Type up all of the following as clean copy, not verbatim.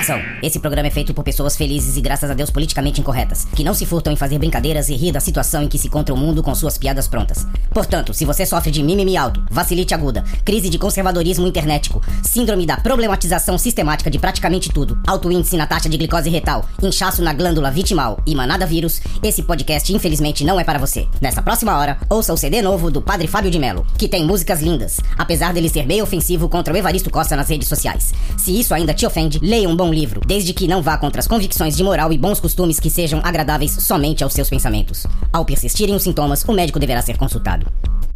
Atenção, esse programa é feito por pessoas felizes e graças a Deus politicamente incorretas, que não se furtam em fazer brincadeiras e rir da situação em que se encontra o mundo com suas piadas prontas. Portanto, se você sofre de mimimi alto, vacilite aguda, crise de conservadorismo internetico, síndrome da problematização sistemática de praticamente tudo, alto índice na taxa de glicose retal, inchaço na glândula vitimal e manada vírus, esse podcast infelizmente não é para você. Nessa próxima hora, ouça o CD novo do Padre Fábio de Mello, que tem músicas lindas, apesar dele ser meio ofensivo contra o Evaristo Costa nas redes sociais. Se isso ainda te ofende, leia um bom livro, desde que não vá contra as convicções de moral e bons costumes que sejam agradáveis somente aos seus pensamentos. Ao persistirem os sintomas, o médico deverá ser consultado.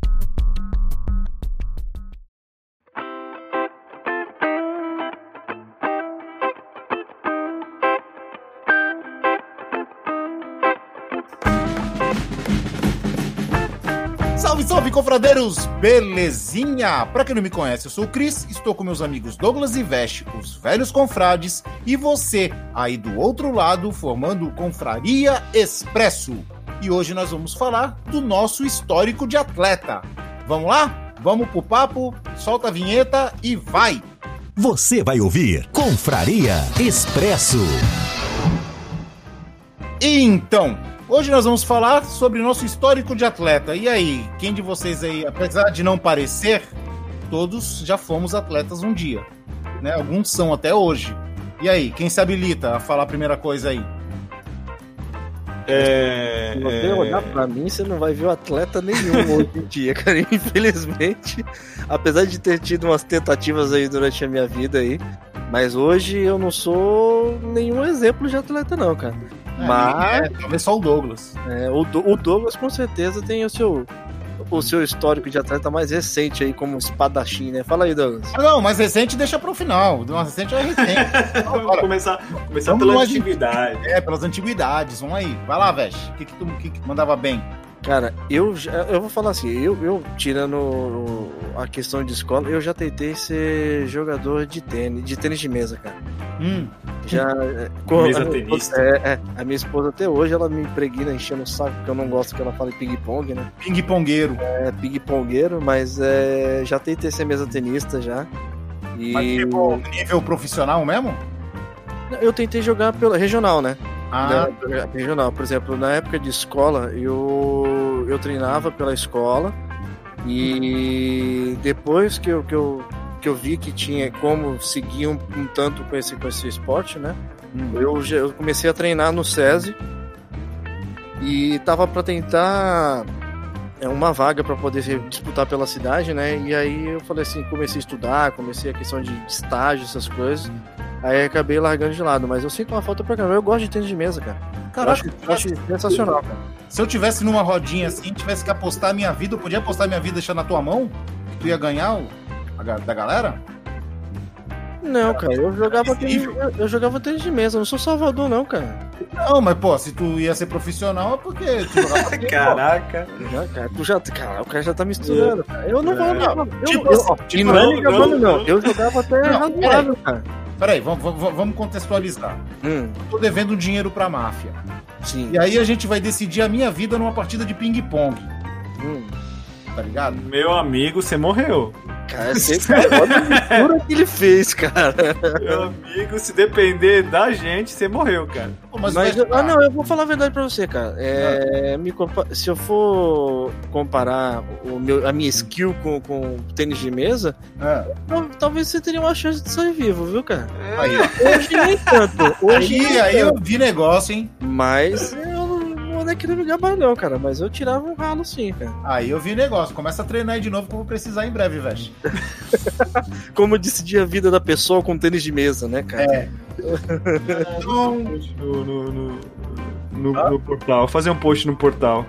Salve, salve, confradeiros! Belezinha? Pra quem não me conhece, eu sou o Cris, estou com meus amigos Douglas e Veste, os velhos confrades, e você, aí do outro lado, formando o Confraria Expresso. E hoje nós vamos falar do nosso histórico de atleta. Vamos lá? Vamos pro papo, solta a vinheta e vai! Você vai ouvir Confraria Expresso. Então, hoje nós vamos falar sobre o nosso histórico de atleta. E aí, quem de vocês aí, apesar de não parecer, todos já fomos atletas um dia, né? Alguns são até hoje. E aí, quem se habilita a falar a primeira coisa aí? Se você olhar pra mim, você não vai ver o atleta nenhum hoje em dia, cara. Infelizmente, apesar de ter tido umas tentativas aí durante a minha vida aí, mas hoje eu não sou nenhum exemplo de atleta não, cara. Mas talvez só o Douglas. O Douglas com certeza tem o seu histórico de atleta mais recente aí, como espadachim, né? Fala aí, Douglas. Não, mais recente deixa pro final. Mais recente é recente. Vamos começar pela antiguidade. Pelas antiguidades. Vamos aí. Vai lá, Veste. O que tu mandava bem? Cara, eu vou falar assim, eu tirando a questão de escola, eu já tentei ser jogador de tênis de mesa, cara. Já mesa tenista. A minha esposa até hoje, ela me impregna enchendo o saco, porque eu não gosto que ela fale ping-pong, né? Ping-pongueiro. Ping-pongueiro, mas já tentei ser mesa tenista já. Mas tipo, nível profissional mesmo? Eu tentei jogar pela regional, né? Regional, por exemplo, na época de escola, eu treinava pela escola e depois que eu vi que tinha como seguir um tanto com esse esporte, né? Eu comecei a treinar no SESI e tava para tentar uma vaga para poder disputar pela cidade, né? E aí eu falei assim, comecei a estudar, comecei a questão de estágio, essas coisas. Aí acabei largando de lado, mas eu sinto uma falta pra caramba. Eu gosto de tênis de mesa, cara. Caraca, eu acho sensacional, cara. Se eu tivesse numa rodinha assim, tivesse que apostar a minha vida, eu podia apostar a minha vida deixando na tua mão? Tu ia ganhar da galera? Não, cara, eu jogava tênis de mesa, eu não sou Salvador, não, cara. Não, mas pô, se tu ia ser profissional é porque tu jogava tênis. Caraca. Cara, o cara já tá misturando, cara. Eu não vou, não. Não. Eu jogava até razoável, cara. Peraí, vamos contextualizar. Tô devendo dinheiro pra máfia. Sim. E aí a gente vai decidir a minha vida numa partida de ping-pong. Tá ligado? Meu amigo, você morreu. Cara, olha a mistura que ele fez, cara. Meu amigo, se depender da gente, você morreu, cara. Pô, não, eu vou falar a verdade pra você, cara. Se eu for comparar a minha skill com tênis de mesa, talvez você teria uma chance de sair vivo, viu, cara? Hoje nem tanto. Aí eu vi negócio, hein? Mas eu não é querendo me gabar não, cara, mas eu tirava um ralo sim, cara. Aí eu vi negócio, começa a treinar aí de novo que eu vou precisar em breve, velho. Como decidir a vida da pessoa com tênis de mesa, né, cara? No portal, vou fazer um post no portal.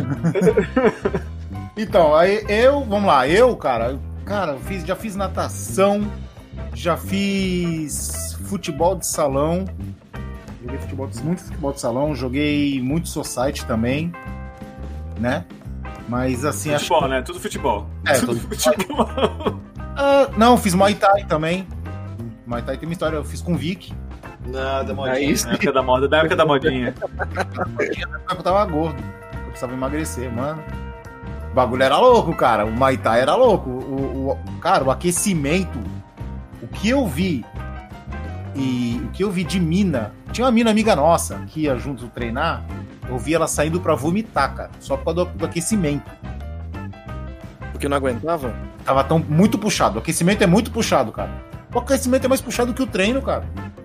Então, aí vamos lá, cara, já fiz natação, já fiz futebol de salão. Joguei muito futebol de salão, joguei muito society também, né? Mas assim... Futebol, né? Tudo futebol. Tudo futebol. Não, fiz Muay Thai também. Muay Thai tem uma história, eu fiz com o Vic. Da modinha. Da época da modinha. Eu tava gordo, eu precisava emagrecer, mano. O bagulho era louco, cara. O Muay Thai era louco. Cara, o aquecimento, o que eu vi E o que eu vi de mina... Tinha uma mina amiga nossa que ia junto treinar. Eu vi ela saindo pra vomitar, cara. Só por causa do aquecimento. Porque não aguentava? Tava muito puxado. O aquecimento é muito puxado, cara. O aquecimento é mais puxado que o treino, cara.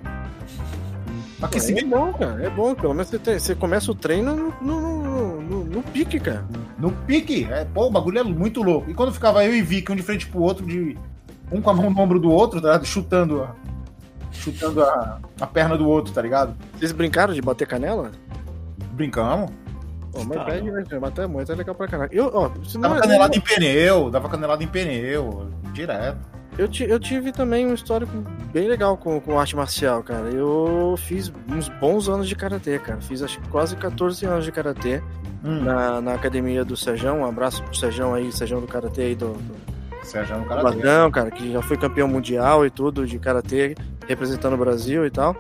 O aquecimento... É bom, cara. É bom. Pelo menos você começa o treino no pique, cara. No pique. O bagulho é muito louco. E quando ficava eu e Vicky, um de frente pro outro, um com a mão no ombro do outro, tá ligado? Chutando a perna do outro, tá ligado? Vocês brincaram de bater canela? Brincamos. Pô, mas pede, né? Bater muito é legal pra caralho. Dava canelada em pneu, direto. Eu tive também um histórico bem legal com arte marcial, cara. Eu fiz uns bons anos de karatê, cara. Fiz acho que quase 14 anos de karatê na academia do Sérgio. Um abraço pro Sérgio aí, Sérgio do karatê aí do Sérgio no karatê. Badão, cara, que já foi campeão mundial e tudo de karatê, representando o Brasil e tal.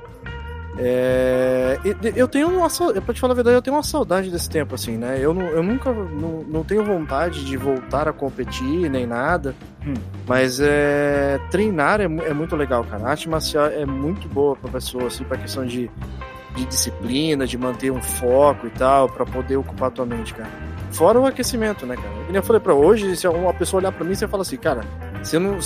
Eu tenho pra te falar a verdade, eu tenho uma saudade desse tempo, assim, né? Eu nunca não tenho vontade de voltar a competir, nem nada. Mas treinar é muito legal, cara. A arte marcial é muito boa pra pessoa, assim, pra questão de disciplina, de manter um foco e tal, pra poder ocupar a tua mente, cara. Fora o aquecimento, né, cara? Como eu falei pra hoje, se uma pessoa olhar pra mim, você fala assim, cara, você não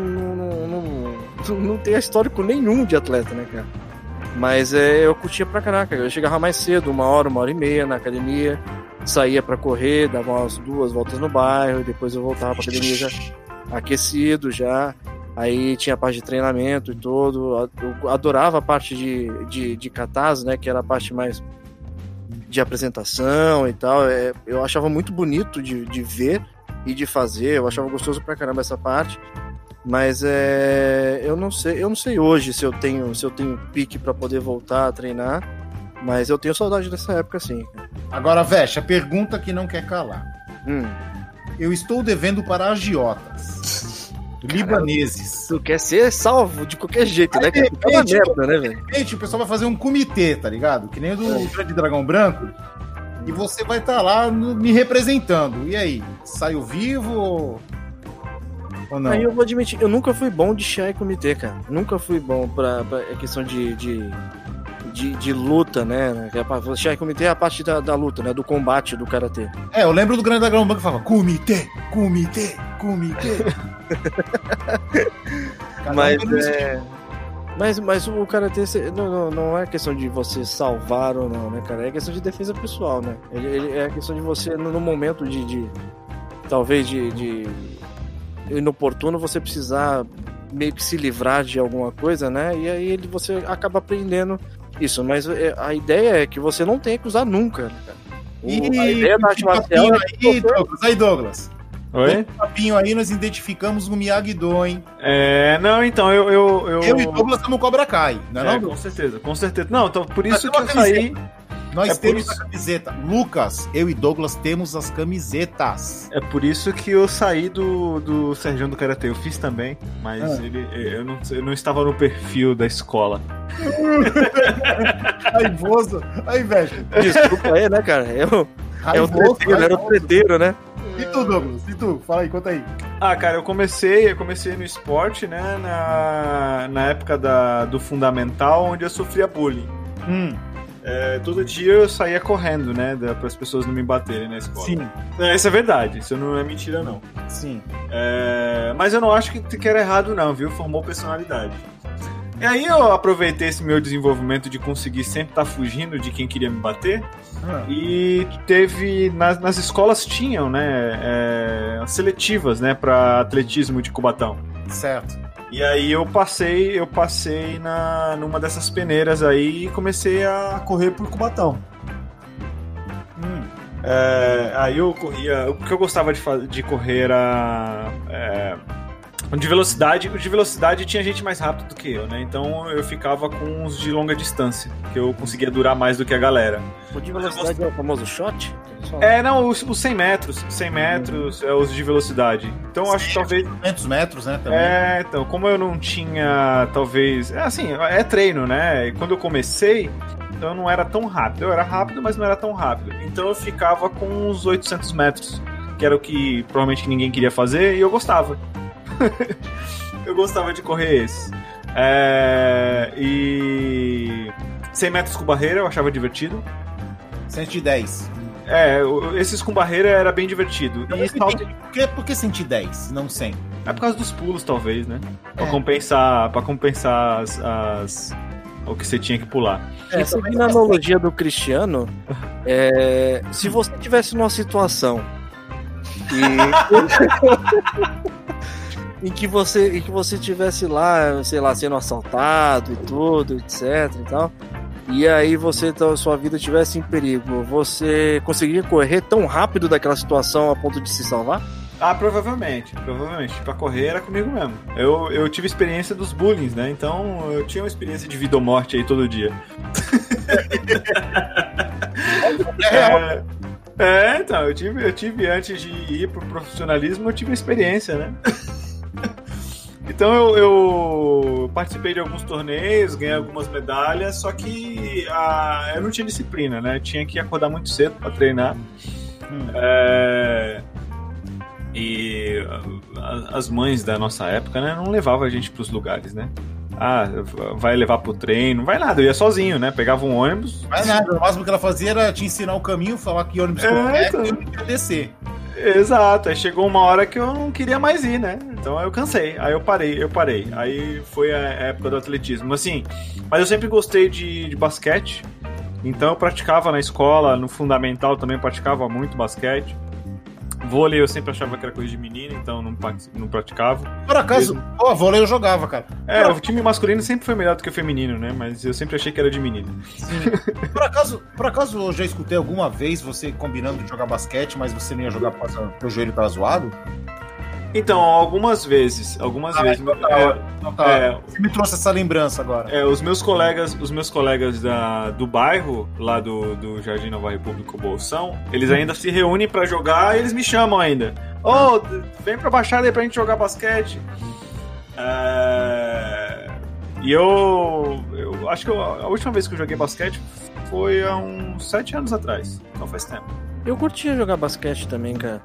tem histórico nenhum de atleta, né, cara? Mas eu curtia pra caraca. Eu chegava mais cedo, 1h e meia na academia, saía pra correr, dava umas 2 voltas no bairro, depois eu voltava pra academia já aquecido já. Aí tinha a parte de treinamento e tudo. Eu adorava a parte de catarse, né? Que era a parte mais de apresentação e tal. Eu achava muito bonito de ver e de fazer. Eu achava gostoso pra caramba essa parte. Mas eu não sei hoje se eu tenho pique pra poder voltar a treinar. Mas eu tenho saudade dessa época, sim. Agora, Vesh, a pergunta que não quer calar. Eu estou devendo para agiotas libaneses. Tu quer ser salvo de qualquer jeito, né? De merda, né, velho? O pessoal vai fazer um comitê, tá ligado? Que nem o do Grande Dragão Branco. E você vai estar lá me representando. E aí? Saiu vivo ou não? Aí eu vou admitir, eu nunca fui bom de chá e comitê, cara. Nunca fui bom pra questão de luta, né? Chá e comitê é a parte da luta, né? Do combate do karatê. Eu lembro do Grande Dragão Branco que falava comitê. Mas o karatê não é questão de você salvar ou não, né, cara? É questão de defesa pessoal, né? Ele é questão de você, no momento talvez de inoportuno, você precisar meio que se livrar de alguma coisa, né? E aí você acaba aprendendo isso. Mas a ideia é que você não tenha que usar nunca, né, cara? A ideia da arte marcial aí, Douglas. Oi? No papinho aí nós identificamos o Miyagi-Do, hein? Não, então eu e Douglas estamos no Cobra Kai, não é não? Com certeza. Não, então por isso que eu saí... Nós temos a camiseta. Lucas, eu e Douglas temos as camisetas. É por isso que eu saí do Sérgio do Karatê. Eu fiz também, mas eu não estava no perfil da escola. Raivoso. Aí, velho. Desculpa aí, né, cara? Era o treteiro, né? E tu, Douglas? E tu? Fala aí, conta aí. Cara, eu comecei no esporte, né, na época do fundamental, onde eu sofria bullying. Todo dia eu saía correndo, né, para as pessoas não me baterem na escola. Sim. Isso é verdade, isso não é mentira, não. Sim. Mas eu não acho que era errado, não, viu? Formou personalidade. E aí eu aproveitei esse meu desenvolvimento de conseguir sempre estar fugindo de quem queria me bater. E teve... Nas escolas tinham, né, seletivas, né, para atletismo de Cubatão. Certo. E aí eu passei numa dessas peneiras aí e comecei a correr por Cubatão. Aí eu corria... O que eu gostava de correr era... De velocidade. O de velocidade tinha gente mais rápido do que eu, né? Então eu ficava com os de longa distância, que eu conseguia durar mais do que a galera. O de velocidade é o famoso shot? Não, os 100 metros. 100 metros é os de velocidade. Então acho que talvez... 500 metros, né? Também. Então, como eu não tinha, talvez... É treino, né? E quando eu comecei, então eu não era tão rápido. Eu era rápido, mas não era tão rápido. Então eu ficava com uns 800 metros, que era o que provavelmente ninguém queria fazer, e eu gostava. Eu gostava de correr esse. E 100 metros com barreira eu achava divertido. 110. Esses com barreira era bem divertido. Por que 110, não 100? É por causa dos pulos, talvez, né? Pra compensar o que você tinha que pular. Seguindo a analogia do Cristiano, se você tivesse numa situação em que você tivesse lá, sei lá, sendo assaltado e tudo, etc e tal, e aí sua vida estivesse em perigo, você conseguiria correr tão rápido daquela situação a ponto de se salvar? Provavelmente. Pra correr era comigo mesmo. Eu tive experiência dos bullying, né? Então eu tinha uma experiência de vida ou morte aí todo dia. Então, eu tive antes de ir pro profissionalismo, eu tive experiência, né? Então eu participei de alguns torneios, ganhei algumas medalhas, só que eu não tinha disciplina, né? Eu tinha que acordar muito cedo pra treinar. E as mães da nossa época, né, não levavam a gente pros lugares, né? Vai levar pro treino, não vai nada, eu ia sozinho, né? Pegava um ônibus. Vai nada, o máximo que ela fazia era te ensinar o caminho, falar que ônibus correto e eu ia descer. Exato, aí chegou uma hora que eu não queria mais ir, né? Então eu cansei, aí eu parei. Aí foi a época do atletismo, assim. Mas eu sempre gostei de basquete, então eu praticava na escola, no fundamental também praticava muito basquete. Vôlei eu sempre achava que era coisa de menino, então não praticava. Por acaso, vôlei eu jogava, cara. O time masculino sempre foi melhor do que o feminino, né? Mas eu sempre achei que era de menino. Sim. Por acaso eu já escutei alguma vez você combinando de jogar basquete, mas você não ia jogar porque o teu joelho tava zoado? Então, algumas vezes. Você me trouxe essa lembrança agora. Os meus colegas do bairro, lá do Jardim Nova República, Bolsão, eles ainda se reúnem pra jogar e eles me chamam ainda. Vem pra Baixada aí pra gente jogar basquete. E eu acho que a última vez que eu joguei basquete foi há uns 7 anos atrás. Então faz tempo. Eu curtia jogar basquete também, cara.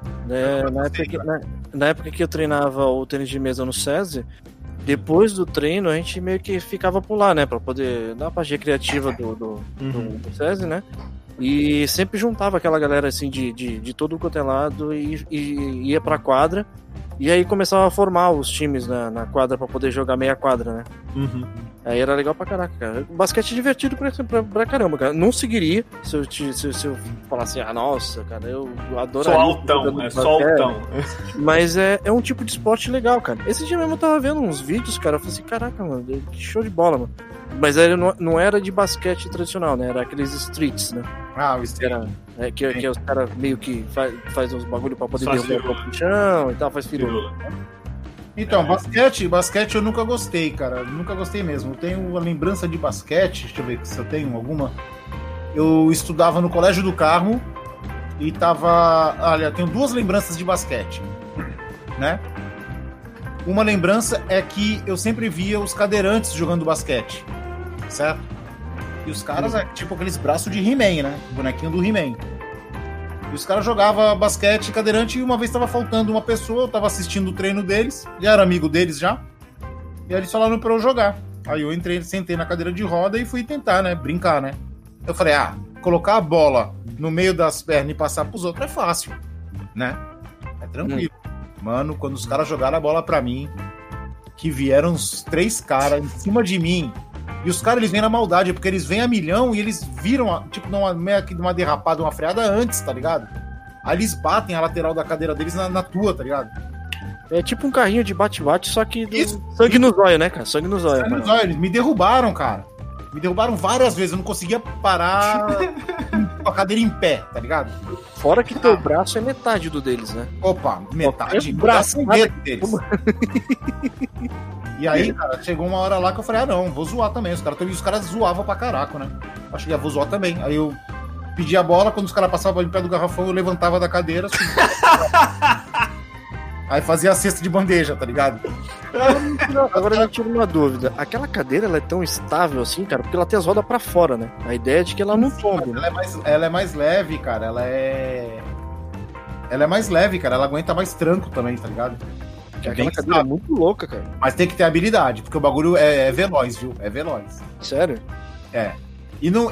Na época que eu treinava o tênis de mesa no SESI, depois do treino a gente meio que ficava por lá, né? Pra poder dar a parte recreativa do SESI, né? E sempre juntava aquela galera assim de todo o quanto é lado e ia pra quadra. E aí começava a formar os times na quadra pra poder jogar meia quadra, né? Aí era legal pra caraca, cara. O basquete é divertido pra caramba, cara. Não seguiria se eu falasse, nossa, cara, eu adoraria. Só altão. Mas é um tipo de esporte legal, cara. Esse dia mesmo eu tava vendo uns vídeos, cara, eu falei assim, caraca, mano, que show de bola, mano. Mas ele não era de basquete tradicional, né? Era aqueles streets, né? O street. Que os caras meio que faz uns bagulho pra poder derrubar o corpo no chão e tal, faz firula. Então, basquete eu nunca gostei, cara. Nunca gostei mesmo. Eu tenho uma lembrança de basquete, deixa eu ver se eu tenho alguma. Eu estudava no Colégio do Carmo e tava... Olha, tenho 2 lembranças de basquete, né? Uma lembrança é que eu sempre via os cadeirantes jogando basquete, certo? E os caras, tipo aqueles braços de He-Man, né? O bonequinho do He-Man. E os caras jogavam basquete cadeirante e uma vez estava faltando uma pessoa, eu tava assistindo o treino deles, já era amigo deles já, e aí eles falaram pra eu jogar. Aí eu sentei na cadeira de roda e fui tentar, né? Brincar, né? Eu falei, colocar a bola no meio das pernas e passar pros outros é fácil, né? É tranquilo. Mano, quando os caras jogaram a bola pra mim, que vieram uns 3 caras em cima de mim, e os caras, eles vêm na maldade, porque eles vêm a milhão e eles viram, tipo, meio que uma derrapada, uma freada antes, tá ligado? Aí eles batem a lateral da cadeira deles na tua, tá ligado? É tipo um carrinho de bate-bate, só que sangue no zóio, né, cara? Sangue no zóio. Eles me derrubaram, cara. Me derrubaram várias vezes, eu não conseguia parar com a cadeira em pé, tá ligado? Fora que teu braço é metade do deles, né? Opa, metade? O braço é metade deles. E aí, cara, chegou uma hora lá que eu falei, não, vou zoar também. Os caras zoavam pra caraca, né? Acho que vou zoar também. Aí eu pedi a bola, quando os caras passavam em pé do garrafão, eu levantava da cadeira, aí fazia a cesta de bandeja, tá ligado? Agora me tira uma dúvida. Aquela cadeira, ela é tão estável assim, cara, porque ela tem as rodas pra fora, né? A ideia é de que ela não tombe, né? Ela é mais leve, cara. Ela é mais leve, cara. Ela aguenta mais tranco também, tá ligado? Aquela cadeira é muito louca, cara. Mas tem que ter habilidade, porque o bagulho é veloz, viu? É veloz. Sério? É. No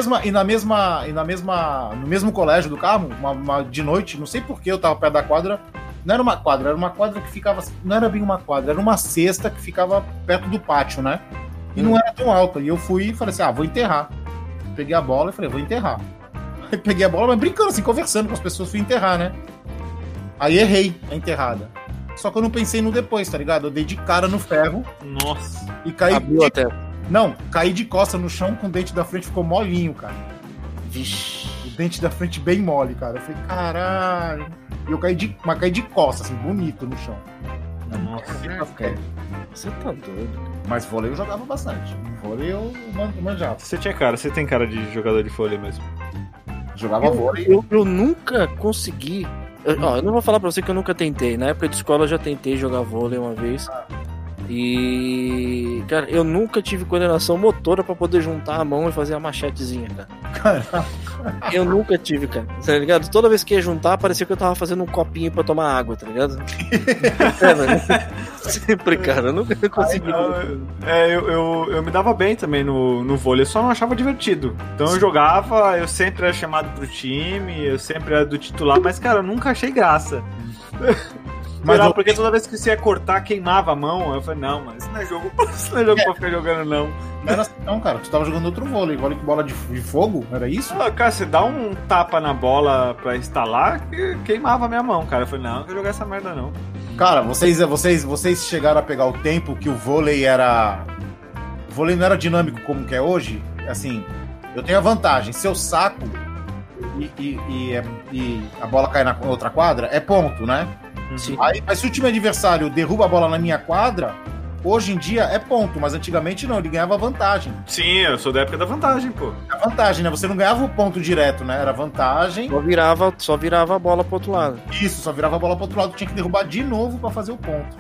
mesmo colégio do Carmo, de noite, não sei porquê, eu tava perto da quadra. Não era uma quadra que ficava. Não era bem uma quadra, era uma cesta que ficava perto do pátio, né? E não era tão alta. E eu fui e falei assim: vou enterrar. Peguei a bola e falei: vou enterrar. Aí peguei a bola, mas brincando assim, conversando com as pessoas, fui enterrar, né? Aí errei a enterrada. Só que eu não pensei no depois, tá ligado? Eu dei de cara no ferro. Nossa. E caí. Abriu até. Não, caí de costa no chão com o dente da frente, ficou molinho, cara. Vixe. O dente da frente bem mole, cara. Eu falei, caralho. E eu caí de costa, assim, bonito no chão. Nossa. Você tá doido. Mas vôlei eu jogava bastante. Vôlei eu manjava. Você tem cara de jogador de vôlei mesmo. Jogava vôlei. Eu nunca consegui. Eu não vou falar pra você que eu nunca tentei. Na época de escola eu já tentei jogar vôlei uma vez. E, cara, eu nunca tive coordenação motora pra poder juntar a mão e fazer a machetezinha, cara. Caraca. Eu nunca tive, cara. Tá ligado? Toda vez que ia juntar, parecia que eu tava fazendo um copinho pra tomar água, tá ligado? Sempre, cara. Eu nunca consegui. Eu me dava bem também no vôlei, eu só não achava divertido. Então eu jogava, eu sempre era chamado pro time, eu sempre era do titular, mas, cara, eu nunca achei graça. Mas não, porque toda vez que você ia cortar, queimava a mão. Eu falei, não, mas isso não é jogo pra ficar jogando, não. Não era assim, não, cara. Tu tava jogando outro vôlei com bola de fogo? Era isso? Cara, você dá um tapa na bola pra instalar, queimava a minha mão, cara. Eu falei, não vou jogar essa merda, não. Cara, vocês chegaram a pegar o tempo que o vôlei era... O vôlei não era dinâmico como que é hoje? Assim, eu tenho a vantagem. Se eu saco e a bola cai na outra quadra, é ponto, né? Sim. Aí, mas se o time adversário derruba a bola na minha quadra, hoje em dia é ponto, mas antigamente não, ele ganhava vantagem. Sim, eu sou da época da vantagem, pô. É vantagem, né? Você não ganhava o ponto direto, né? Era vantagem. Só virava a bola pro outro lado. Isso, só virava a bola pro outro lado, tinha que derrubar de novo pra fazer o ponto.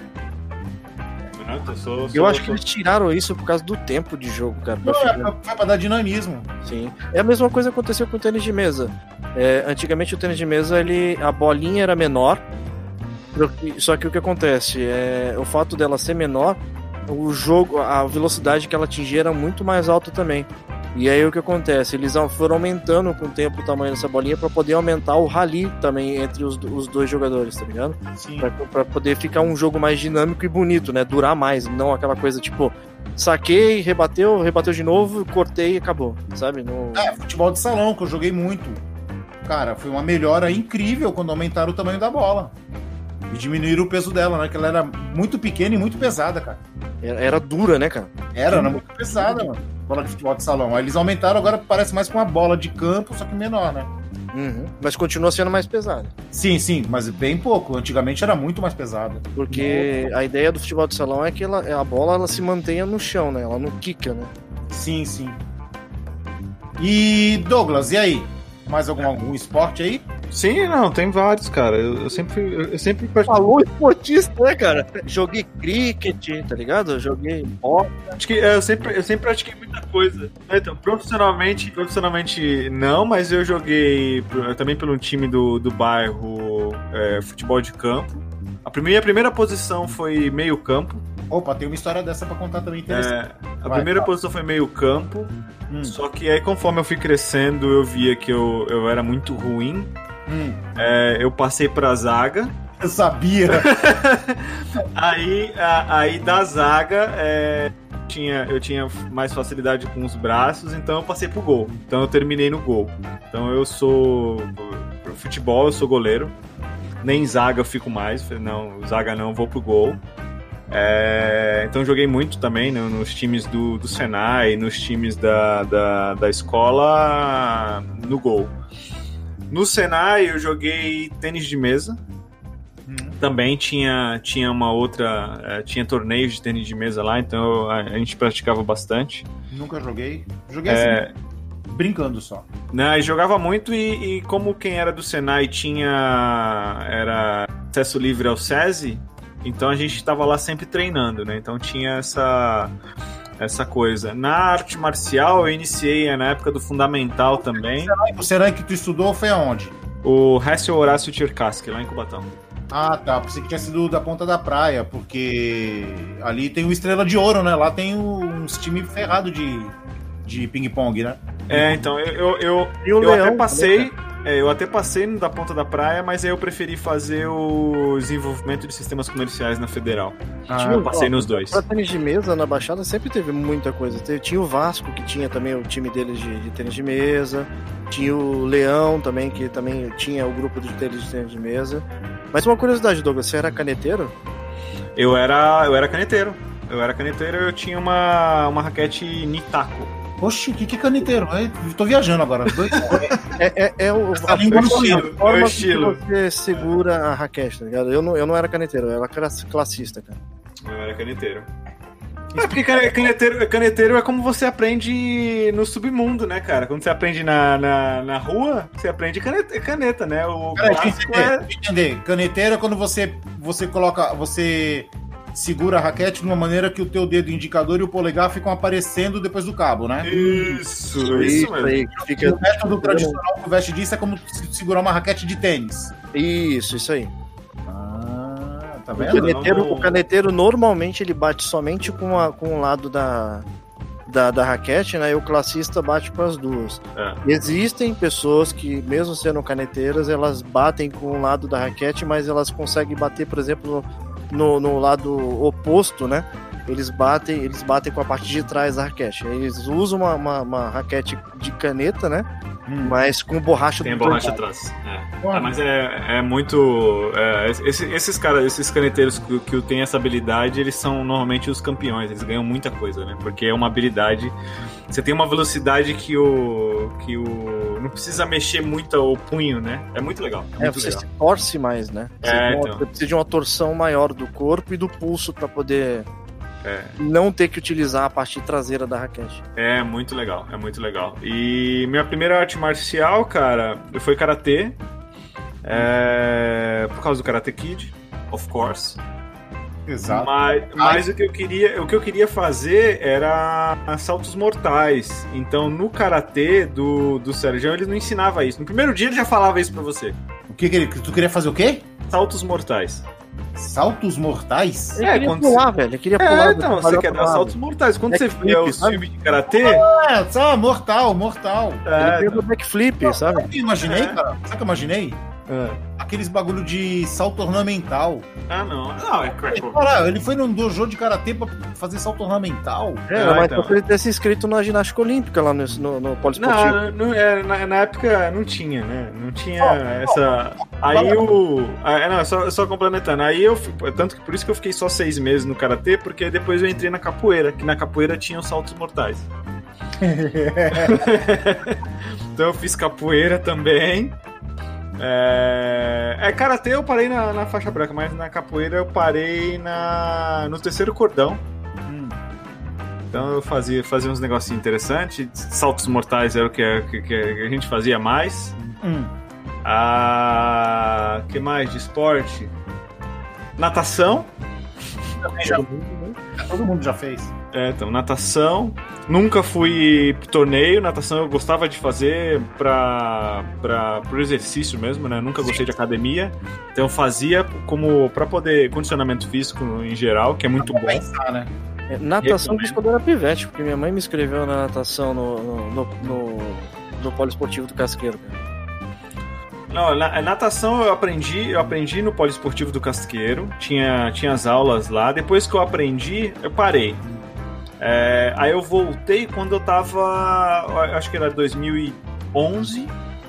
Eu acho que eles tiraram isso por causa do tempo de jogo, cara. Foi pra dar dinamismo. Sim. É a mesma coisa que aconteceu com o tênis de mesa. Antigamente o tênis de mesa, a bolinha era menor. Só que o que acontece o fato dela ser menor, o jogo, a velocidade que ela atingia era muito mais alta também. E aí o que acontece? Eles foram aumentando com o tempo o tamanho dessa bolinha pra poder aumentar o rally também entre os dois jogadores, tá ligado? Sim. Pra poder ficar um jogo mais dinâmico e bonito, né? Durar mais, não aquela coisa tipo, saquei, rebateu de novo, cortei e acabou, sabe? Futebol de salão, que eu joguei muito. Cara, foi uma melhora incrível quando aumentaram o tamanho da bola. E diminuíram o peso dela, né? Que ela era muito pequena e muito pesada, cara. Era dura, né, cara? Era muito pesada, mano. Bola de futebol de salão. Aí eles aumentaram, agora parece mais com uma bola de campo, só que menor, né? Uhum. Mas continua sendo mais pesada. Sim, mas bem pouco. Antigamente era muito mais pesada. Porque a ideia do futebol de salão é que a bola ela se mantenha no chão, né? Ela não quica, né? Sim. E Douglas, e aí? Mais algum esporte aí? Sim, não, tem vários, cara. Eu sempre falou esportista, né, cara? Joguei cricket, tá ligado? Joguei bola. Acho que eu sempre pratiquei muita coisa. Então, profissionalmente não, mas eu joguei também pelo time do bairro futebol de campo. A primeira posição foi meio campo. Opa, tem uma história dessa pra contar também interessante. A primeira posição foi meio campo, só que aí conforme eu fui crescendo, eu via que eu era muito ruim. Eu passei pra zaga. Eu sabia. Aí da zaga eu tinha mais facilidade com os braços, então eu passei pro gol. Então eu terminei no gol. Então eu sou pro futebol, eu sou goleiro. Nem zaga eu fico mais. Falei, não, zaga não, vou pro gol. Então joguei muito também, né, nos times do Senai, nos times da escola, no gol. No Senai eu joguei tênis de mesa. Também tinha uma outra... tinha torneios de tênis de mesa lá, então a gente praticava bastante. Nunca joguei. Joguei assim, brincando só. Né, jogava muito e como quem era do Senai era acesso livre ao SESI, então a gente estava lá sempre treinando, né? Então tinha essa coisa. Na arte marcial eu iniciei na época do fundamental também. O Senai que tu estudou foi aonde? O Hessel Horácio Tcherkassky, lá em Cubatão. Ah, tá. Pensei que tinha sido da Ponta da Praia, porque ali tem o Estrela de Ouro, né? Lá tem uns times ferrados de ping-pong, né? Então, eu até passei. Eu até passei no da Ponta da Praia, mas aí eu preferi fazer o desenvolvimento de sistemas comerciais na Federal. Eu passei nos dois. Pra tênis de mesa, na Baixada, sempre teve muita coisa. Tinha o Vasco, que tinha também o time deles de tênis de mesa. Tinha o Leão também, que também tinha o grupo de tênis de mesa. Mas uma curiosidade, Douglas, você era caneteiro? Eu era caneteiro. Eu tinha uma raquete Nitaco. Oxe, o que é caneteiro? Eu tô viajando agora. A língua no forma que você segura a raquete, tá ligado? Eu não era caneteiro, eu era classista, cara. Eu era caneteiro. Porque caneteiro é como você aprende no submundo, né, cara? Quando você aprende na rua, você aprende caneta, né? O clássico entender. Caneteiro é quando você coloca... Você segura a raquete de uma maneira que o teu dedo indicador e o polegar ficam aparecendo depois do cabo, né? Isso mesmo. Aí, o método tradicional que o Veste disse é como segurar uma raquete de tênis. Isso aí. Tá vendo? O caneteiro normalmente ele bate somente com o lado da raquete, né? E o classista bate com as duas. Existem pessoas que, mesmo sendo caneteiras, elas batem com o lado da raquete, mas elas conseguem bater, por exemplo, no lado oposto, né? Eles batem com a parte de trás da raquete. Eles usam uma raquete de caneta, né? Mas com borracha. Tem borracha atrás. Mas é muito... esses caneteiros que têm essa habilidade, eles são normalmente os campeões. Eles ganham muita coisa, né? Porque é uma habilidade... Você tem uma velocidade que não precisa mexer muito o punho, né? É muito legal. Você se torce mais, né? Você precisa de uma torção maior do corpo e do pulso para poder... não ter que utilizar a parte traseira da raquete. É muito legal. E minha primeira arte marcial, cara, foi karatê. Por causa do Karate Kid, of course. Exato. Mas o que eu queria fazer era saltos mortais. Então no karatê do Sérgio ele não ensinava isso. No primeiro dia ele já falava isso pra você. Tu queria fazer o quê? Saltos mortais. Saltos mortais? Ele queria pular, velho. Ele queria pular. Então, você quer dar saltos mortais. Quando você vê os filmes de karatê... mortal. Ele queria dar backflip, sabe? Sabe o que eu imaginei, cara? Sabe o que eu imaginei? Aqueles bagulho de salto ornamental. Não, é crack. Ele foi num dojo de karatê pra fazer salto ornamental. Mas então. Ele ter se inscrito na ginástica olímpica lá no poliesportivo. Na época não tinha, né? Não tinha essa... Aí só complementando. Aí tanto que por isso que eu fiquei só 6 meses no karatê, porque depois eu entrei na capoeira, que na capoeira tinha os saltos mortais. Então eu fiz capoeira também. Karatê eu parei na faixa branca, mas na capoeira eu parei no terceiro cordão. Então eu fazia uns negocinhos interessantes. Saltos mortais era o que a gente fazia mais. Que mais de esporte? Natação. Todo mundo já fez. Então, natação. Nunca fui pro torneio. Natação eu gostava de fazer pro exercício mesmo, né? Nunca gostei de academia. Então eu fazia como pra poder... Condicionamento físico em geral, que é muito bom. Pensar, né? Natação desde quando eu era pivete, porque minha mãe me inscreveu na natação no poliesportivo do Casqueiro, cara. Não, natação eu aprendi no poliesportivo do Casqueiro, tinha as aulas lá, depois que eu aprendi, eu parei. Aí eu voltei quando eu tava, acho que era 2011,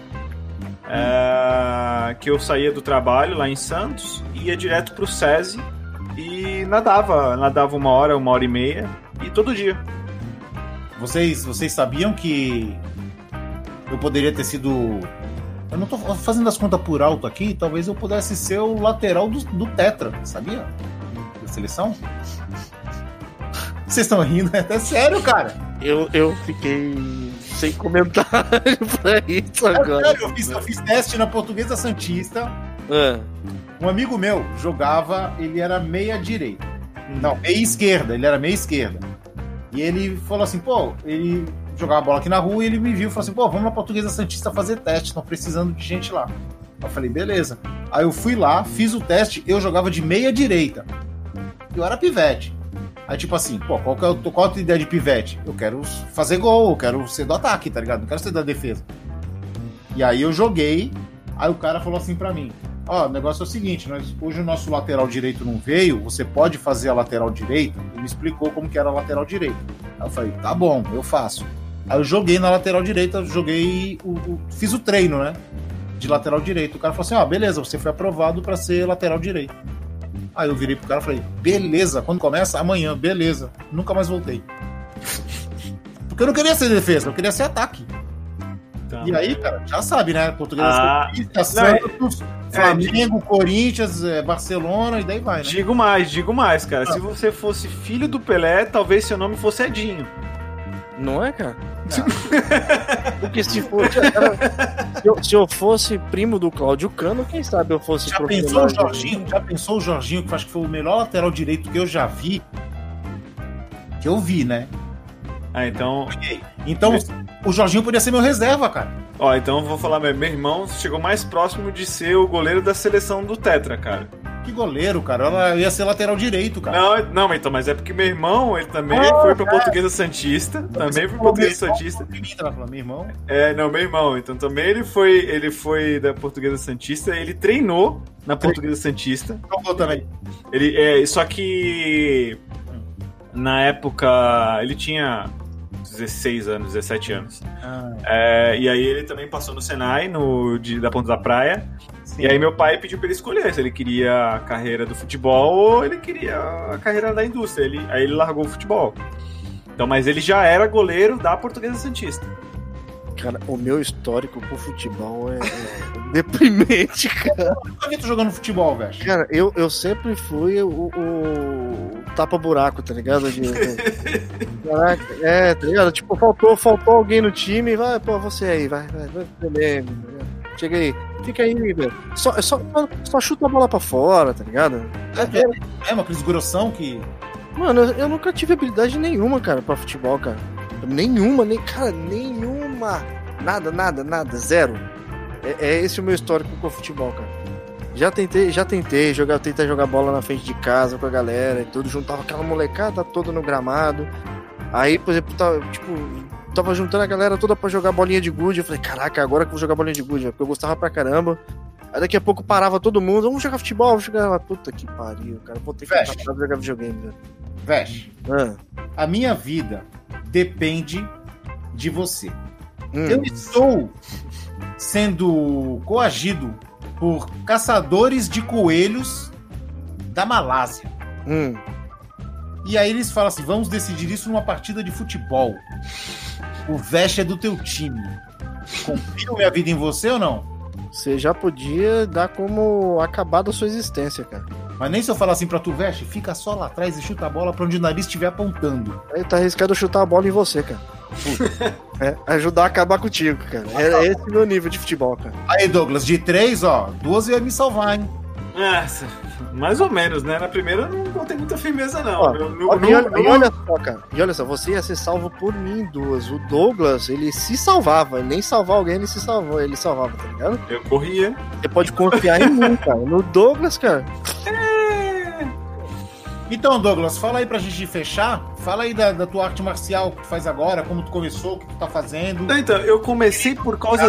que eu saía do trabalho lá em Santos, ia direto pro SESI e nadava 1 hora, 1 hora e meia, e todo dia. Vocês sabiam que eu poderia ter sido... Eu não tô fazendo as contas por alto aqui, talvez eu pudesse ser o lateral do Tetra, sabia? Da seleção? Vocês estão rindo, é até sério, cara. Eu fiquei sem comentário pra isso agora. Sério, eu fiz teste na Portuguesa Santista. Um amigo meu jogava, ele era meia direita. Não, meia esquerda, ele era meia esquerda. E ele falou assim, ele jogava bola aqui na rua e ele me viu e falou assim, vamos na Portuguesa Santista fazer teste, estão precisando de gente lá. Eu falei, beleza. Aí eu fui lá, fiz o teste, eu jogava de meia direita. Eu era pivete. Aí tipo assim, pô, qual a tua ideia de pivete? Eu quero fazer gol, eu quero ser do ataque, tá ligado? Não quero ser da defesa. E aí eu joguei, aí o cara falou assim pra mim, ó, o negócio é o seguinte, hoje o nosso lateral direito não veio, você pode fazer a lateral direita? Ele me explicou como que era a lateral direita. Aí eu falei, tá bom, eu faço. Aí eu joguei na lateral direita, fiz o treino, né? De lateral direito. O cara falou assim, ó, beleza, você foi aprovado pra ser lateral direito. Aí eu virei pro cara e falei, beleza, quando começa? Amanhã, beleza. Nunca mais voltei. Porque eu não queria ser defesa, eu queria ser ataque. Tá. E aí, cara, já sabe, né? Português, Santos, Flamengo, Corinthians, Barcelona, e daí vai, né? Digo mais, cara. Se você fosse filho do Pelé, talvez seu nome fosse Edinho. Não é, cara? Porque se eu fosse primo do Cláudio Cano, quem sabe eu fosse... Já pensou o Jorginho, que acho que foi o melhor lateral direito que eu já vi? Que eu vi, né? Ah, então... Então, o Jorginho podia ser meu reserva, cara. Ó, então eu vou falar, meu irmão chegou mais próximo de ser o goleiro da seleção do Tetra, cara. Que goleiro, cara. Ela ia ser lateral direito, cara. Não, então, mas é porque meu irmão, ele também foi pra Portuguesa Santista. Também foi pra Portuguesa Santista. Meu irmão? Não, meu irmão. Então também ele foi da Portuguesa Santista. Ele treinou na Portuguesa Santista. Eu também. Só que na época ele tinha 16 anos, 17 anos. E aí ele também passou no Senai, da Ponta da Praia. Sim. E aí meu pai pediu pra ele escolher se ele queria a carreira do futebol ou ele queria a carreira da indústria. Aí ele largou o futebol. Então, mas ele já era goleiro da Portuguesa Santista. Cara, o meu histórico pro futebol é deprimente, cara. Eu nunca vi tu jogando futebol, velho. Cara, eu sempre fui o tapa-buraco, tá ligado? Caraca, tá ligado? Tipo, faltou alguém no time, vai, pô, você aí, vai mesmo, tá ligado? Chega aí, fica aí, velho. Só chuta a bola pra fora, tá ligado? Uma aqueles grossão que... Mano, eu nunca tive habilidade nenhuma, cara, pra futebol, cara. Nenhuma. Nada, zero. É esse o meu histórico com o futebol, cara. Já tentei tentar jogar bola na frente de casa com a galera e tudo, juntava aquela molecada toda no gramado. Aí, por exemplo, tava juntando a galera toda pra jogar bolinha de gude. Eu falei, caraca, agora que eu vou jogar bolinha de gude, porque eu gostava pra caramba. Aí daqui a pouco parava todo mundo, vamos jogar futebol, vamos jogar. Puta que pariu, cara, vou ter que voltar pra jogar videogame, velho. Vesh, a minha vida depende de você. Eu estou sendo coagido por caçadores de coelhos da Malásia. E aí eles falam assim, vamos decidir isso numa partida de futebol. O Vesh é do teu time. Confio minha vida em você ou não? Você já podia dar como acabada a sua existência, cara. Mas nem se eu falar assim pra tu, Vesh, fica só lá atrás e chuta a bola pra onde o nariz estiver apontando. Aí tá arriscado chutar a bola em você, cara. Ajudar a acabar contigo, cara. É esse o meu nível de futebol, cara. Aí, Douglas, de 3, 2 ia me salvar, hein? Mais ou menos, né? Na primeira eu não botei muita firmeza, não. Olha só, você ia ser salvo por mim em 2. O Douglas, ele se salvava. Nem salvar alguém, ele se salvou. Ele salvava, tá ligado? Eu corria. Você pode confiar em mim, cara. No Douglas, cara. Então, Douglas, fala aí pra gente fechar. Fala aí da tua arte marcial que tu faz agora, como tu começou, o que tu tá fazendo. Então, eu comecei por causa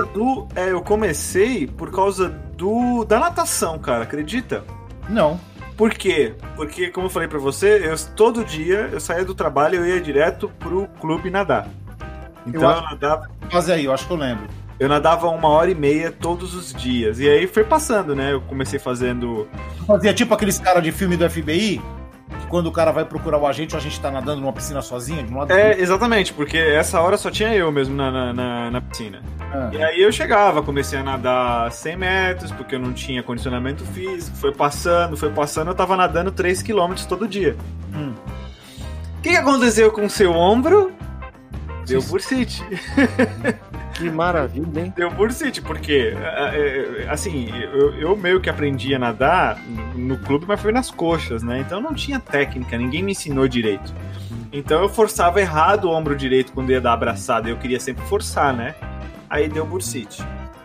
da natação, cara, acredita? Não. Por quê? Porque, como eu falei pra você, todo dia eu saía do trabalho e eu ia direto pro clube nadar. Então eu nadava... Faz aí, eu acho que eu lembro. Eu nadava 1h30 todos os dias. E aí foi passando, né? Eu comecei fazendo... Fazia tipo aqueles caras de filme do FBI... Que quando o cara vai procurar o agente tá nadando numa piscina sozinho, de um lado exatamente, porque essa hora só tinha eu mesmo na piscina. E aí eu chegava, comecei a nadar 100 metros, porque eu não tinha condicionamento físico, foi passando, eu tava nadando 3 km todo dia. O que aconteceu com o seu ombro? Deu bursite. Que maravilha, hein? Deu bursite, porque, assim, eu meio que aprendi a nadar no clube, mas foi nas coxas, né? Então não tinha técnica, ninguém me ensinou direito. Então eu forçava errado o ombro direito quando ia dar abraçada, eu queria sempre forçar, né? Aí deu bursite.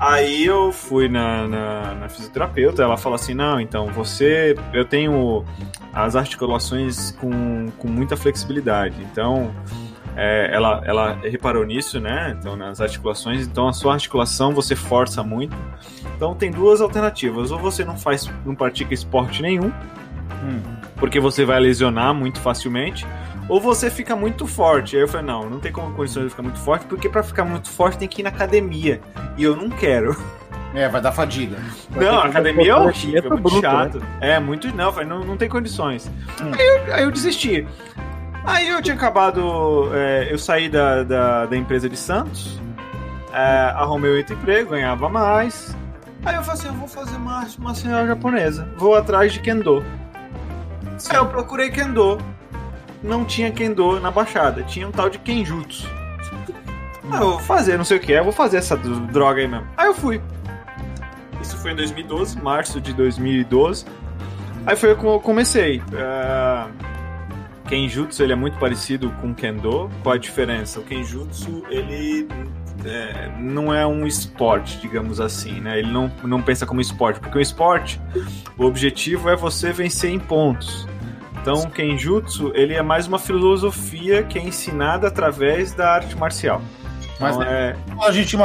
Aí eu fui na fisioterapeuta, ela falou assim, não, então eu tenho as articulações com muita flexibilidade, então ela reparou nisso, né, então nas articulações, então a sua articulação você força muito, então tem duas alternativas, ou você não pratica esporte nenhum, porque você vai lesionar muito facilmente, ou você fica muito forte. Aí eu falei, não tem condições de ficar muito forte, porque pra ficar muito forte tem que ir na academia. E eu não quero. Vai dar fadiga. Não, a academia é horrível, é muito chato. Né? Não, eu falei, não tem condições. Aí eu desisti. Aí eu tinha acabado, eu saí da empresa de Santos, arrumei outro emprego, ganhava mais. Aí eu falei assim, eu vou fazer uma senhora japonesa. Vou atrás de Kendo. Sim. Aí eu procurei Kendo. Não tinha Kendo na Baixada, tinha um tal de Kenjutsu. Eu vou fazer, não sei o que é, vou fazer essa droga aí mesmo. Aí eu fui. Isso foi em 2012, março de 2012. Aí foi que eu comecei. Kenjutsu, ele é muito parecido com Kendo. Qual a diferença? O Kenjutsu, ele não é um esporte, digamos assim, né? Ele não pensa como esporte, porque o esporte, o objetivo é você vencer em pontos. Então, o Kenjutsu, ele é mais uma filosofia que é ensinada através da arte marcial. Mas então, quando a gente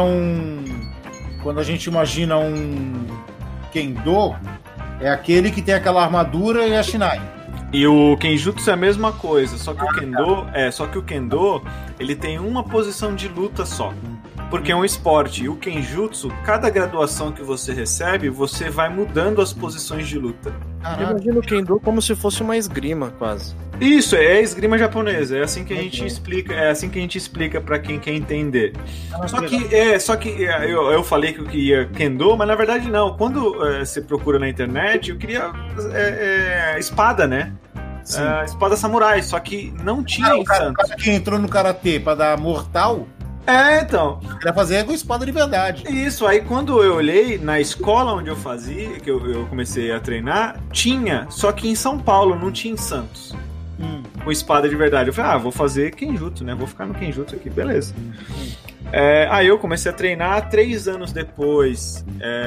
imagina um Kendo, é aquele que tem aquela armadura e a Shinai. E o Kenjutsu é a mesma coisa, só que o Kendo, ele tem uma posição de luta só. Porque é um esporte. E o Kenjutsu, cada graduação que você recebe, você vai mudando as posições de luta. Eu imagino o Kendo como se fosse uma esgrima, quase. Isso, é esgrima japonesa. É assim que a gente explica pra quem quer entender. Só que eu falei que eu queria Kendo, mas na verdade não. Quando você procura na internet, eu queria espada, né? Espada samurai, só que não tinha em Santos. O cara que entrou no karatê pra dar mortal... então. Queria fazer com espada de verdade. Isso, aí quando eu olhei na escola onde eu fazia, que eu comecei a treinar, tinha, só que em São Paulo, não tinha em Santos. Com espada de verdade. Eu falei, vou fazer Kenjutsu, né? Vou ficar no Kenjutsu aqui, beleza. Aí eu comecei a treinar, 3 anos depois,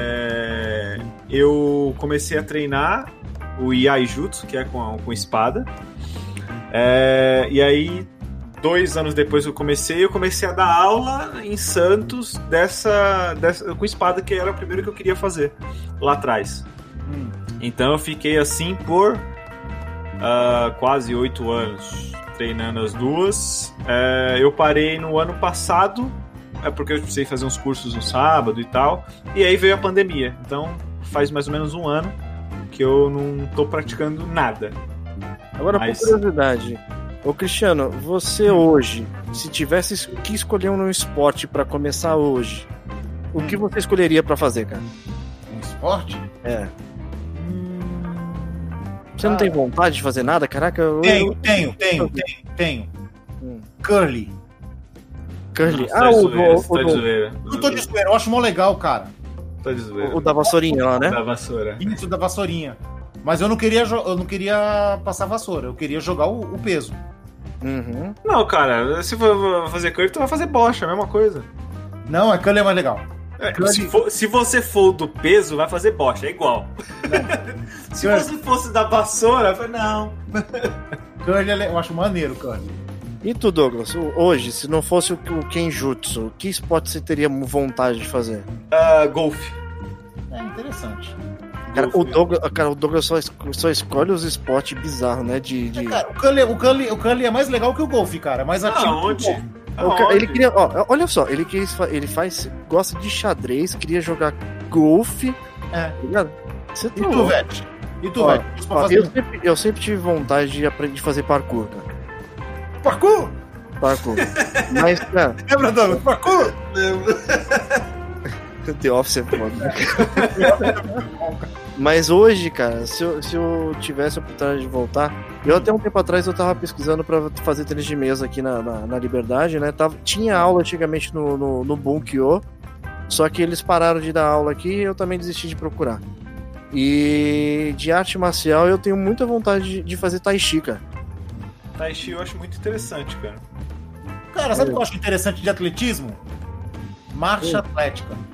eu comecei a treinar o Iaijutsu, que é com espada. E aí... 2 anos depois que eu comecei a dar aula em Santos dessa com espada, que era o primeiro que eu queria fazer lá atrás. Então eu fiquei assim por quase 8 anos treinando as duas. Eu parei no ano passado, porque eu precisei fazer uns cursos no sábado e tal, e aí veio a pandemia. Então faz mais ou menos 1 ano que eu não tô praticando nada. Agora, por curiosidade... Ô Cristiano, você hoje, se tivesse que escolher um esporte pra começar hoje, o que você escolheria pra fazer, cara? Um esporte? Você não tem vontade de fazer nada? Caraca, Tenho. Curly. Curly? Tá de zoeira. Não tô de zoeira, eu acho mó legal, cara. Tá de zoeira. O da vassourinha lá, né? Da vassoura. Isso, da vassourinha. Mas eu não queria passar vassoura, eu queria jogar o peso. Não, cara, se for fazer curly, tu vai fazer bocha, a mesma coisa. Não, a curly é mais legal. Se você for do peso, vai fazer bocha, é igual. Se você fosse da vassoura, eu falei, não. Curly, eu acho maneiro, curly. E tu, Douglas, hoje, se não fosse o Kenjutsu, que esporte você teria vontade de fazer? Golfe. Interessante. Cara, o Douglas só escolhe os esportes bizarros, né? Cara, o curly é mais legal que o golfe, cara. É mais ativo. Onde? Ele queria, olha só, ele gosta de xadrez, queria jogar golfe. Ligado? E tu, Vete? Eu sempre tive vontade de aprender a fazer parkour, cara. Parkour? Mas, cara... Lembra, Douglas? Parkour? Lembro. The Office é foda. Mas hoje, cara, se eu tivesse a oportunidade de voltar... Eu até um tempo atrás eu tava pesquisando pra fazer tênis de mesa aqui na Liberdade, né? Tinha aula antigamente no Bunkyo, só que eles pararam de dar aula aqui e eu também desisti de procurar. E de arte marcial eu tenho muita vontade de fazer Tai Chi, cara. Tai Chi eu acho muito interessante, cara. Cara, sabe o que eu acho interessante de atletismo? Marcha atlética.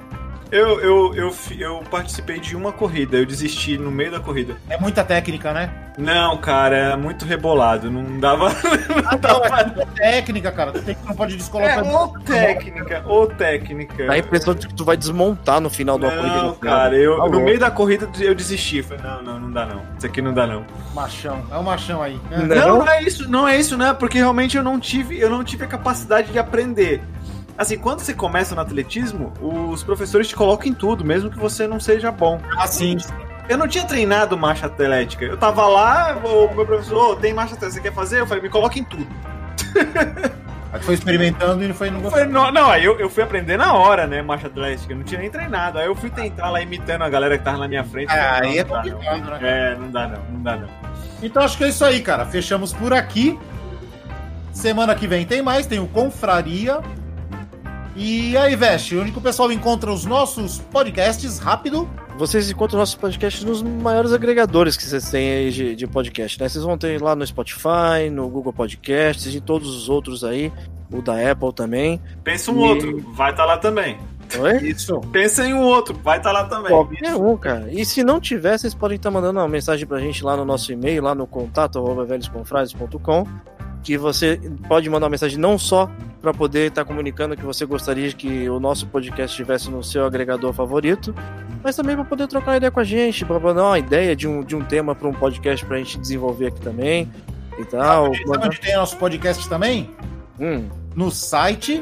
Eu participei de uma corrida, eu desisti no meio da corrida. É muita técnica, né? Não, cara, é muito rebolado, não dava... É técnica, cara, tu não pode descolocar... ou técnica. Dá a impressão de que tu vai desmontar no final da corrida. Não, cara, no meio da corrida eu desisti, falei, não dá não, isso aqui não dá não. Machão, é um machão aí. Não é isso, né, porque realmente eu não tive a capacidade de aprender. Assim, quando você começa no atletismo, os professores te colocam em tudo, mesmo que você não seja bom. Sim. Eu não tinha treinado marcha atlética. Eu tava lá, o meu professor, tem marcha atlética, você quer fazer? Eu falei, me coloca em tudo. Aí tu foi experimentando e não gostou. Não, aí eu fui aprender na hora, né, marcha atlética. Eu não tinha nem treinado. Aí eu fui tentar lá imitando a galera que tava na minha frente. Aí é complicado, né? Não dá não. Então acho que é isso aí, cara. Fechamos por aqui. Semana que vem tem mais, tem o Confraria. E aí, Veste, onde que o pessoal encontra os nossos podcasts? Rápido. Vocês encontram nossos podcasts nos maiores agregadores que vocês têm aí de podcast, né? Vocês vão ter lá no Spotify, no Google Podcasts e todos os outros aí, o da Apple também. Pensa outro, vai estar lá também. Oi? Isso. Pensa em um outro, vai estar lá também. Qualquer um, cara. E se não tiver, vocês podem estar mandando uma mensagem pra gente lá no nosso e-mail, lá no contato@velhosconfrades.com, que você pode mandar uma mensagem não só para poder estar comunicando que você gostaria que o nosso podcast estivesse no seu agregador favorito, mas também para poder trocar uma ideia com a gente, para dar uma ideia de um tema para um podcast para a gente desenvolver aqui também e tal. Sabe onde tem nosso podcast também? No site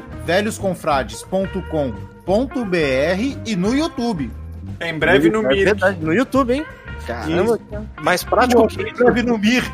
velhosconfrades.com.br e no YouTube. Em breve no Mirk. É verdade, no YouTube, hein? Caramba, mais prático que em breve no Mirk.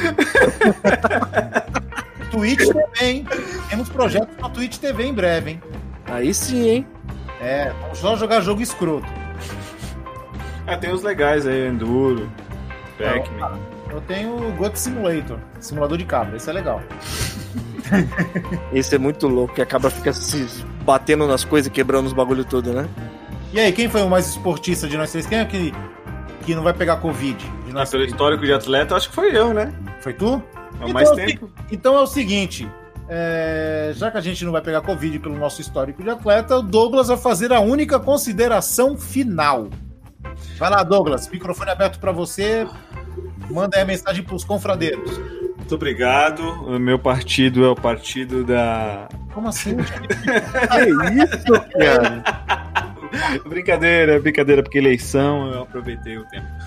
Twitch também. Temos projetos na Twitch TV em breve, hein? Aí sim, hein? Vamos só jogar jogo escroto. Tem os legais aí, Enduro, Pac-Man. Eu tenho o Goat Simulator, simulador de cabra, esse é legal. Esse é muito louco, que acaba fica se batendo nas coisas e quebrando os bagulho todo, né? E aí, quem foi o mais esportista de nós três? Quem é que não vai pegar Covid? Pelo histórico de atleta, acho que foi eu, né? Foi tu? Há mais tempo. Então é o seguinte, já que a gente não vai pegar Covid pelo nosso histórico de atleta, o Douglas vai fazer a única consideração final. Vai lá, Douglas, microfone aberto para você, manda aí a mensagem para os confradeiros. Muito obrigado, o meu partido é o partido da... Como assim? Que isso, cara? Brincadeira, porque eleição, eu aproveitei o tempo.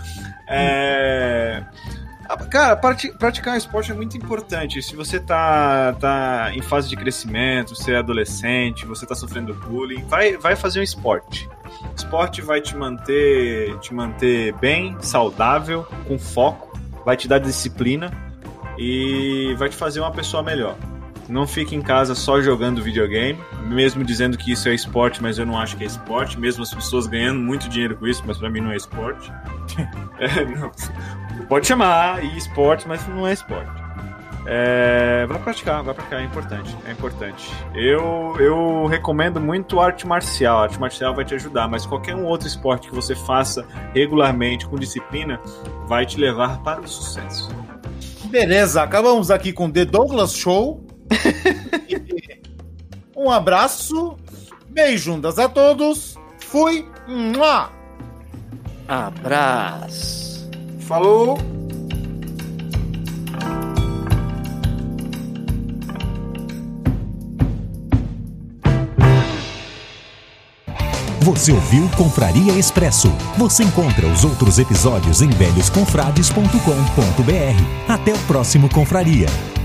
Cara, praticar um esporte é muito importante. Se você tá em fase de crescimento, você é adolescente, você tá sofrendo bullying, vai fazer um esporte. O esporte vai te manter bem, saudável, com foco, vai te dar disciplina e vai te fazer uma pessoa melhor. Não fique em casa só jogando videogame, mesmo dizendo que isso é esporte, mas eu não acho que é esporte, mesmo as pessoas ganhando muito dinheiro com isso, mas pra mim não é esporte. Não. Pode chamar esporte, mas não é esporte. Vai praticar, é importante. Eu recomendo muito arte marcial. A arte marcial vai te ajudar, mas qualquer um outro esporte que você faça regularmente, com disciplina, vai te levar para o sucesso. Beleza, acabamos aqui com The Douglas Show. Um abraço, beijundas a todos, fui, abraço, falou. Você ouviu Confraria Expresso. Você encontra os outros episódios em velhosconfrades.com.br. Até o próximo Confraria.